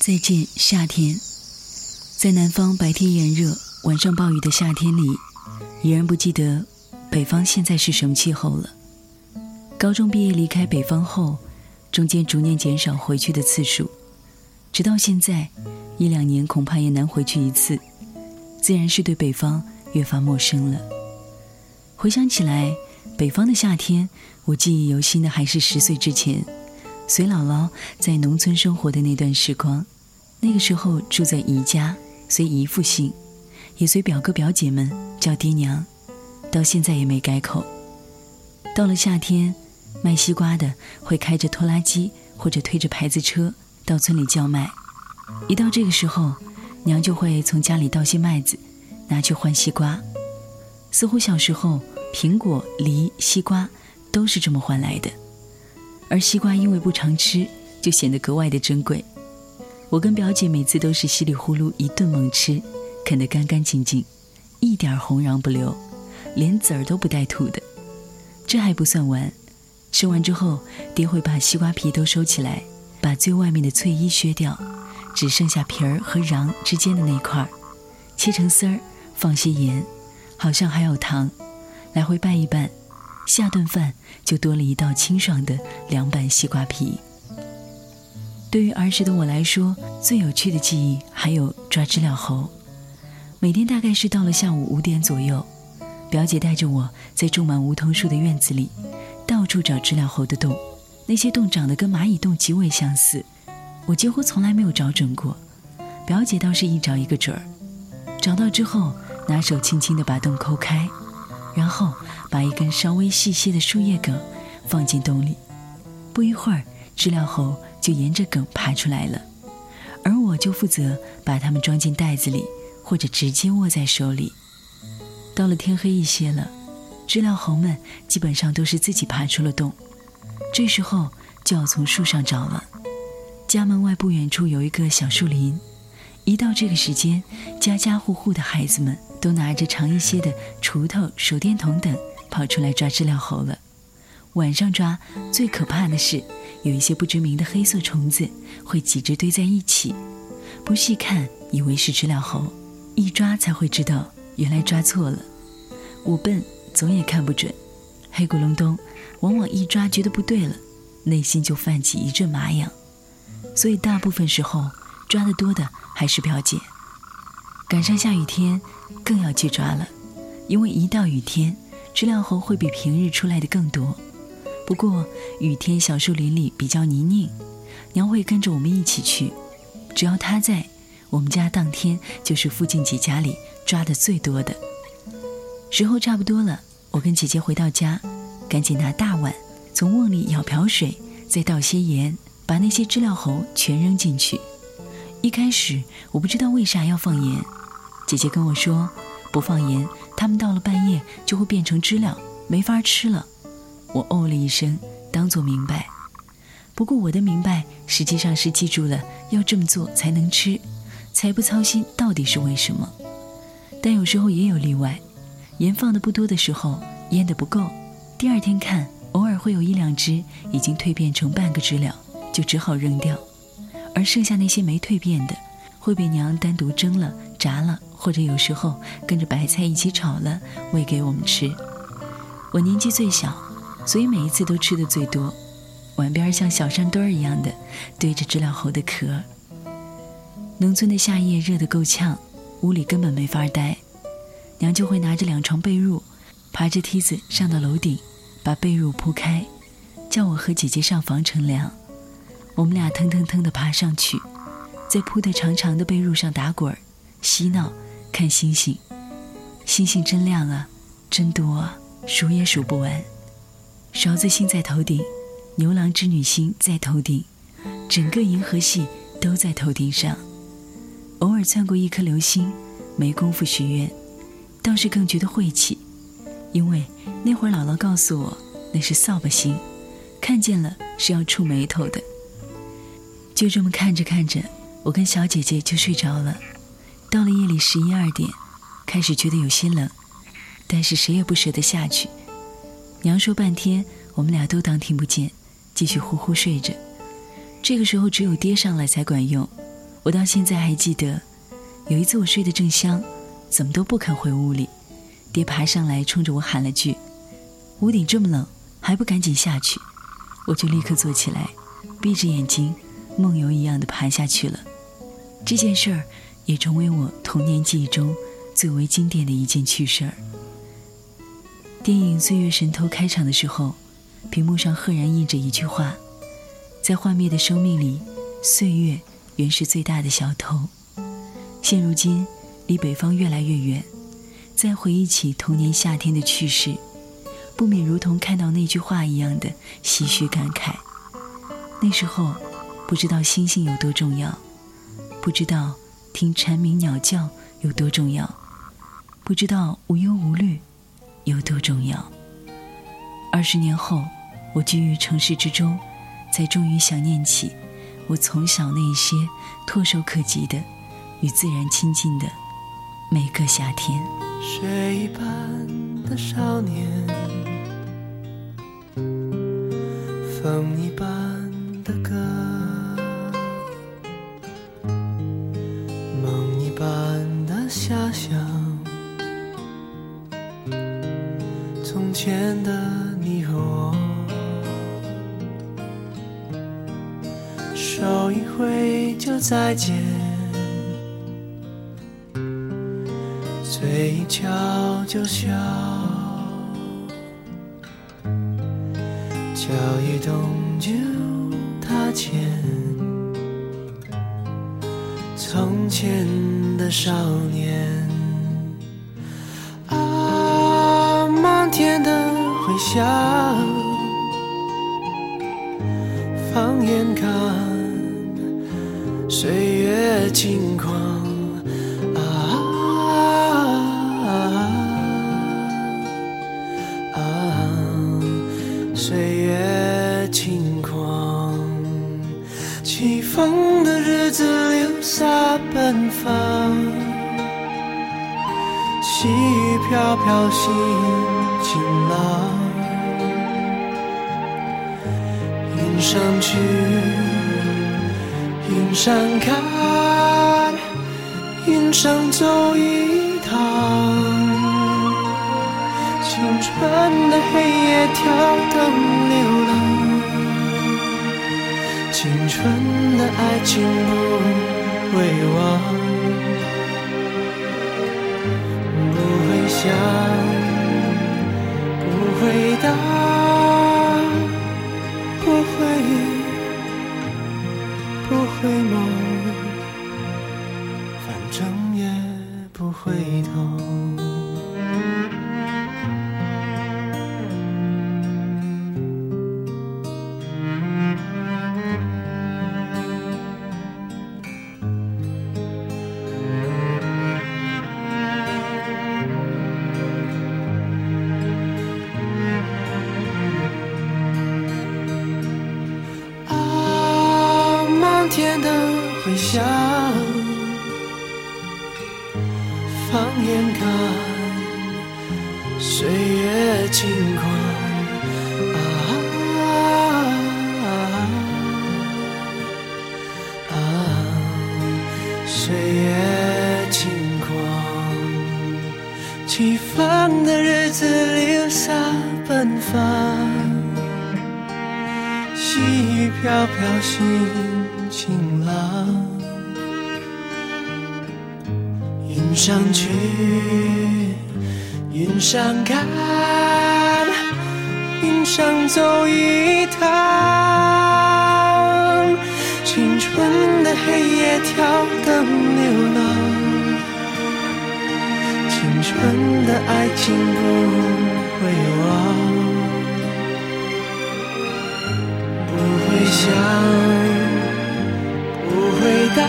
再见夏天。在南方白天炎热晚上暴雨的夏天里，已然不记得北方现在是什么气候了。高中毕业离开北方后，中间逐年减少回去的次数，直到现在1-2年恐怕也难回去一次，自然是对北方越发陌生了。回想起来，北方的夏天，我记忆犹新的还是10岁之前随姥姥在农村生活的那段时光。那个时候住在姨家，随姨父姓，也随表哥表姐们叫爹娘，到现在也没改口。到了夏天，卖西瓜的会开着拖拉机或者推着牌子车到村里叫卖，一到这个时候，娘就会从家里倒些麦子拿去换西瓜。似乎小时候苹果、梨、西瓜都是这么换来的，而西瓜因为不常吃，就显得格外的珍贵。我跟表姐每次都是稀里呼噜一顿猛吃，啃得干干净净，一点红瓤不留，连籽儿都不带吐的。这还不算完，吃完之后，爹会把西瓜皮都收起来，把最外面的脆衣削掉，只剩下皮儿和瓤之间的那块，切成丝儿，放些盐，好像还有糖，来回拌一拌，下顿饭就多了一道清爽的凉拌西瓜皮。对于儿时的我来说，最有趣的记忆还有抓知了猴。每天大概是到了下午5点左右，表姐带着我在种满梧桐树的院子里到处找知了猴的洞，那些洞长得跟蚂蚁洞极为相似，我几乎从来没有找准过，表姐倒是一找一个准儿。找到之后，拿手轻轻地把洞抠开，然后把一根稍微细些的树叶梗放进洞里，不一会儿知了猴就沿着梗爬出来了，而我就负责把它们装进袋子里，或者直接握在手里。到了天黑一些了，知了猴们基本上都是自己爬出了洞，这时候就要从树上找了。家门外不远处有一个小树林，一到这个时间，家家户户的孩子们都拿着长一些的锄头、手电筒等跑出来抓知了猴了。晚上抓最可怕的是，有一些不知名的黑色虫子会挤着堆在一起，不细看以为是知了猴，一抓才会知道原来抓错了。我笨，总也看不准，黑咕隆咚，往往一抓觉得不对了，内心就泛起一阵麻痒。所以大部分时候抓得多的还是表姐。赶上下雨天更要去抓了，因为一到雨天，知了猴会比平日出来的更多。不过雨天小树林里比较泥泞，娘会跟着我们一起去，只要她在，我们家当天就是附近几家里抓的最多的。时候差不多了，我跟姐姐回到家，赶紧拿大碗从瓮里舀瓢水，再倒些盐，把那些知了猴全扔进去。一开始我不知道为啥要放盐，姐姐跟我说不放盐，它们到了半夜就会变成知了，没法吃了。我哦了一声，当作明白。不过我的明白实际上是记住了要这么做才能吃，才不操心到底是为什么。但有时候也有例外，盐放的不多的时候，腌的不够，第二天看偶尔会有1-2只已经蜕变成半个知了，就只好扔掉，而剩下那些没蜕变的会被娘单独蒸了、炸了，或者有时候跟着白菜一起炒了喂给我们吃。我年纪最小，所以每一次都吃的最多，碗边像小山墩儿一样的堆着知了猴的壳。农村的夏夜热得够呛，屋里根本没法待，娘就会拿着2床被褥，爬着梯子上到楼顶，把被褥铺开，叫我和姐姐上房乘凉。我们俩腾腾腾地爬上去，在铺得长长的被褥上打滚，嬉闹，看星星。星星真亮啊，真多啊，数也数不完。勺子星在头顶，牛郎织女星在头顶，整个银河系都在头顶上。偶尔窜过一颗流星，没工夫许愿，倒是更觉得晦气，因为那会儿姥姥告诉我那是扫把星，看见了是要触眉头的。就这么看着看着，我跟小姐姐就睡着了。到了夜里11、12点，开始觉得有些冷，但是谁也不舍得下去。娘说半天，我们俩都当听不见，继续呼呼睡着。这个时候只有爹上来才管用， 我到现在还记得，有一次我睡得正香，怎么都不肯回屋里，爹爬上来冲着我喊了句：屋顶这么冷，还不赶紧下去。我就立刻坐起来，闭着眼睛梦游一样的爬下去了。这件事儿也成为我童年记忆中最为经典的一件趣事儿。电影《岁月神偷》开场的时候，屏幕上赫然印着一句话：在幻灭的生命里，岁月原是最大的小偷。现如今离北方越来越远，再回忆起童年夏天的趣事，不免如同看到那句话一样的唏嘘感慨。那时候不知道星星有多重要，不知道听蝉鸣鸟叫有多重要，不知道无忧无虑有多重要。20年后，我居于城市之中，才终于想念起我从小那一些唾手可及的与自然亲近的每个夏天。 水一般的少年，风一般的歌，梦一般的遐想，从前的你和我，手一挥就再见，嘴一翘就笑，脚一动就踏前，从前的少年啊，漫天的回响，放眼看岁月轻狂岁月轻狂，起风的日子留下奔放，细雨飘飘心晴朗，云上去云上看，云上走一趟，青春的黑夜跳灯流浪，青春的爱情不会忘，不会想，不会答，不会梦，反正也不回头。天的回响，放眼看岁月轻狂岁月轻狂，起风的日子留下奔放，细雨飘飘心晴朗，云上去云上看，云上走一趟，青春的黑夜跳灯流浪，青春的爱情不会忘，不会想，不会答，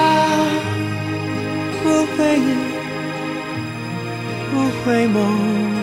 不会梦。